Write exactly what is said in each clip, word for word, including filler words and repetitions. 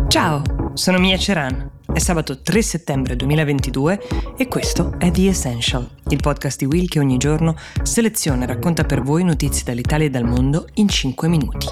Ciao, sono Mia Ceran. È sabato tre settembre duemilaventidue e questo è The Essential, il podcast di Will che ogni giorno seleziona e racconta per voi notizie dall'Italia e dal mondo in cinque minuti.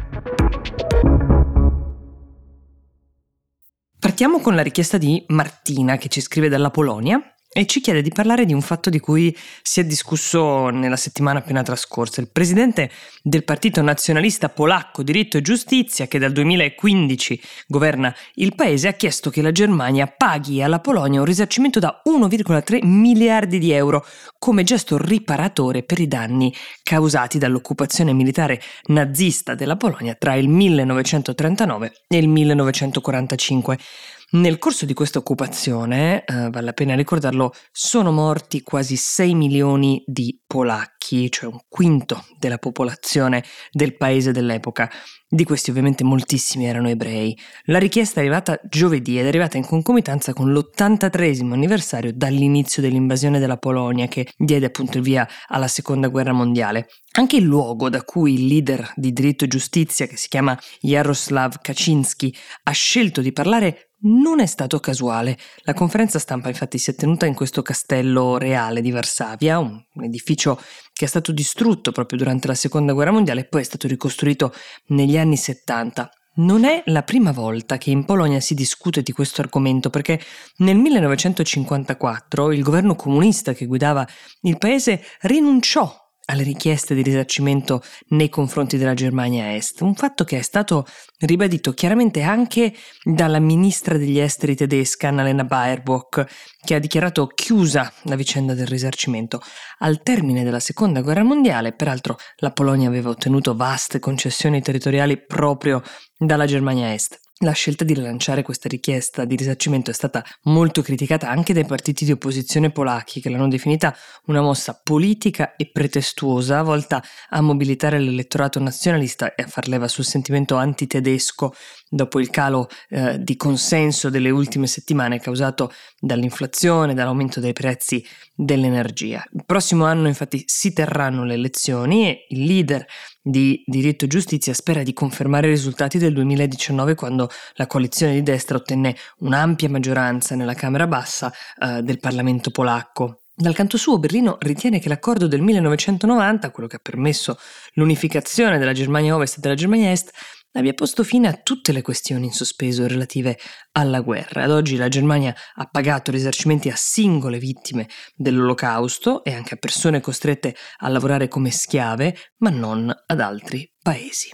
Partiamo con la richiesta di Martina, che ci scrive dalla Polonia e ci chiede di parlare di un fatto di cui si è discusso nella settimana appena trascorsa. Il presidente del partito nazionalista polacco Diritto e Giustizia, che dal duemilaquindici governa il paese, ha chiesto che la Germania paghi alla Polonia un risarcimento da uno virgola tre miliardi di euro come gesto riparatore per i danni causati dall'occupazione militare nazista della Polonia tra il millenovecentotrentanove e il millenovecentoquarantacinque. Nel corso di questa occupazione, eh, vale la pena ricordarlo, sono morti quasi sei milioni di polacchi, cioè un quinto della popolazione del paese dell'epoca. Di questi ovviamente moltissimi erano ebrei. La richiesta è arrivata giovedì ed è arrivata in concomitanza con l'ottantatreesimo anniversario dall'inizio dell'invasione della Polonia, che diede appunto il via alla seconda guerra mondiale. Anche il luogo da cui il leader di Diritto e Giustizia, che si chiama Jarosław Kaczyński, ha scelto di parlare non è stato casuale. La conferenza stampa infatti si è tenuta in questo castello reale di Varsavia, un edificio che è stato distrutto proprio durante la seconda guerra mondiale e poi è stato ricostruito negli anni settanta. Non è la prima volta che in Polonia si discute di questo argomento, perché nel millenovecentocinquantaquattro il governo comunista che guidava il paese rinunciò alle richieste di risarcimento nei confronti della Germania Est, un fatto che è stato ribadito chiaramente anche dalla ministra degli esteri tedesca Annalena Baerbock, che ha dichiarato chiusa la vicenda del risarcimento. Al termine della seconda guerra mondiale, peraltro, la Polonia aveva ottenuto vaste concessioni territoriali proprio dalla Germania Est. La scelta di rilanciare questa richiesta di risarcimento è stata molto criticata anche dai partiti di opposizione polacchi, che l'hanno definita una mossa politica e pretestuosa volta a mobilitare l'elettorato nazionalista e a far leva sul sentimento antitedesco dopo il calo eh, di consenso delle ultime settimane causato dall'inflazione e dall'aumento dei prezzi dell'energia. Il prossimo anno infatti si terranno le elezioni e il leader di Diritto e Giustizia spera di confermare i risultati del duemiladiciannove, quando la coalizione di destra ottenne un'ampia maggioranza nella Camera Bassa eh, del Parlamento polacco. Dal canto suo, Berlino ritiene che l'accordo del millenovecentonovanta, quello che ha permesso l'unificazione della Germania Ovest e della Germania Est, abbia posto fine a tutte le questioni in sospeso relative alla guerra. Ad oggi la Germania ha pagato risarcimenti a singole vittime dell'Olocausto e anche a persone costrette a lavorare come schiave, ma non ad altri paesi.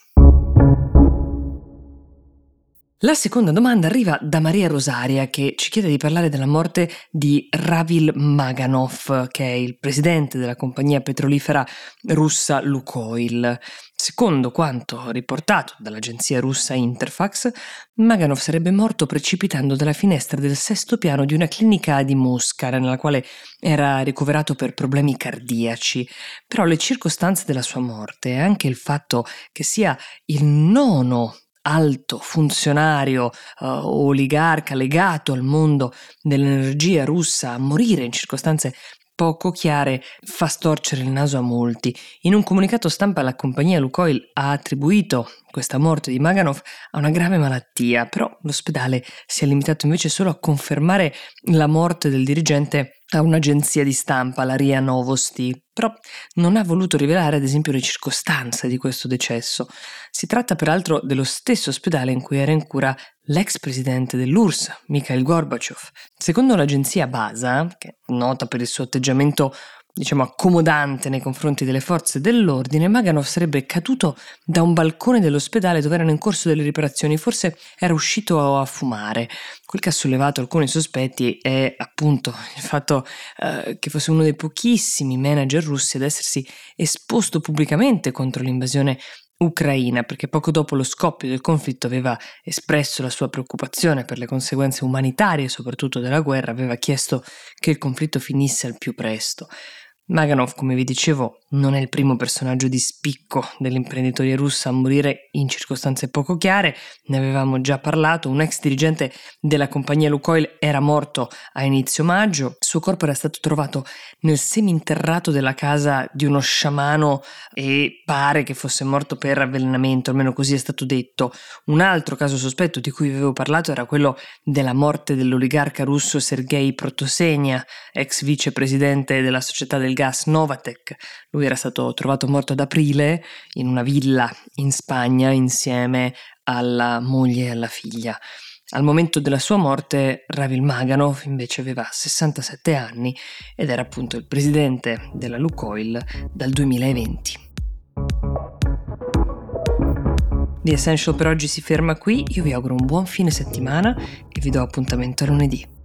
La seconda domanda arriva da Maria Rosaria, che ci chiede di parlare della morte di Ravil Maganov, che è il presidente della compagnia petrolifera russa Lukoil. Secondo quanto riportato dall'agenzia russa Interfax, Maganov sarebbe morto precipitando dalla finestra del sesto piano di una clinica di Mosca, nella quale era ricoverato per problemi cardiaci. Però le circostanze della sua morte e anche il fatto che sia il nono alto funzionario uh, oligarca legato al mondo dell'energia russa a morire in circostanze poco chiare fa storcere il naso a molti. In un comunicato stampa la compagnia Lukoil ha attribuito questa morte di Maganov a una grave malattia, però l'ospedale si è limitato invece solo a confermare la morte del dirigente a un'agenzia di stampa, la R I A Novosti, però non ha voluto rivelare ad esempio le circostanze di questo decesso. Si tratta peraltro dello stesso ospedale in cui era in cura l'ex presidente dell'U R S S, Mikhail Gorbachev. Secondo l'agenzia Basa, che è nota per il suo atteggiamento diciamo accomodante nei confronti delle forze dell'ordine, Maganov sarebbe caduto da un balcone dell'ospedale dove erano in corso delle riparazioni, forse era uscito a fumare. Quel che ha sollevato alcuni sospetti è appunto il fatto eh, che fosse uno dei pochissimi manager russi ad essersi esposto pubblicamente contro l'invasione ucraina, perché poco dopo lo scoppio del conflitto aveva espresso la sua preoccupazione per le conseguenze umanitarie soprattutto della guerra, aveva chiesto che il conflitto finisse al più presto. Maganov, come vi dicevo, non è il primo personaggio di spicco dell'imprenditoria russa a morire in circostanze poco chiare, ne avevamo già parlato. Un ex dirigente della compagnia Lukoil era morto a inizio maggio, il suo corpo era stato trovato nel seminterrato della casa di uno sciamano e pare che fosse morto per avvelenamento, almeno così è stato detto. Un altro caso sospetto di cui vi avevo parlato era quello della morte dell'oligarca russo Sergei Protosenia, ex vicepresidente della società del gas Novatek. Lui era stato trovato morto ad aprile in una villa in Spagna insieme alla moglie e alla figlia. Al momento della sua morte Ravil Maganov invece aveva sessantasette anni ed era appunto il presidente della Lukoil dal duemilaventi. The Essential per oggi si ferma qui, io vi auguro un buon fine settimana e vi do appuntamento a lunedì.